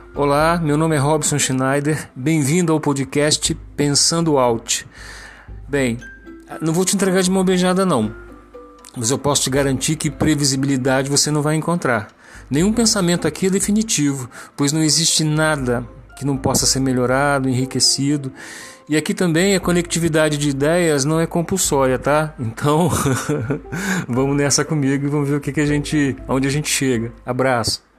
Olá, meu nome é Robson Schneider, bem-vindo ao podcast Pensando Out. Bem, não vou te entregar de mão beijada não, mas eu posso te garantir que previsibilidade você não vai encontrar. Nenhum pensamento aqui é definitivo, pois não existe nada que não possa ser melhorado, enriquecido. E aqui também a conectividade de ideias não é compulsória, tá? Então, vamos nessa comigo e vamos ver onde a gente chega. Abraço.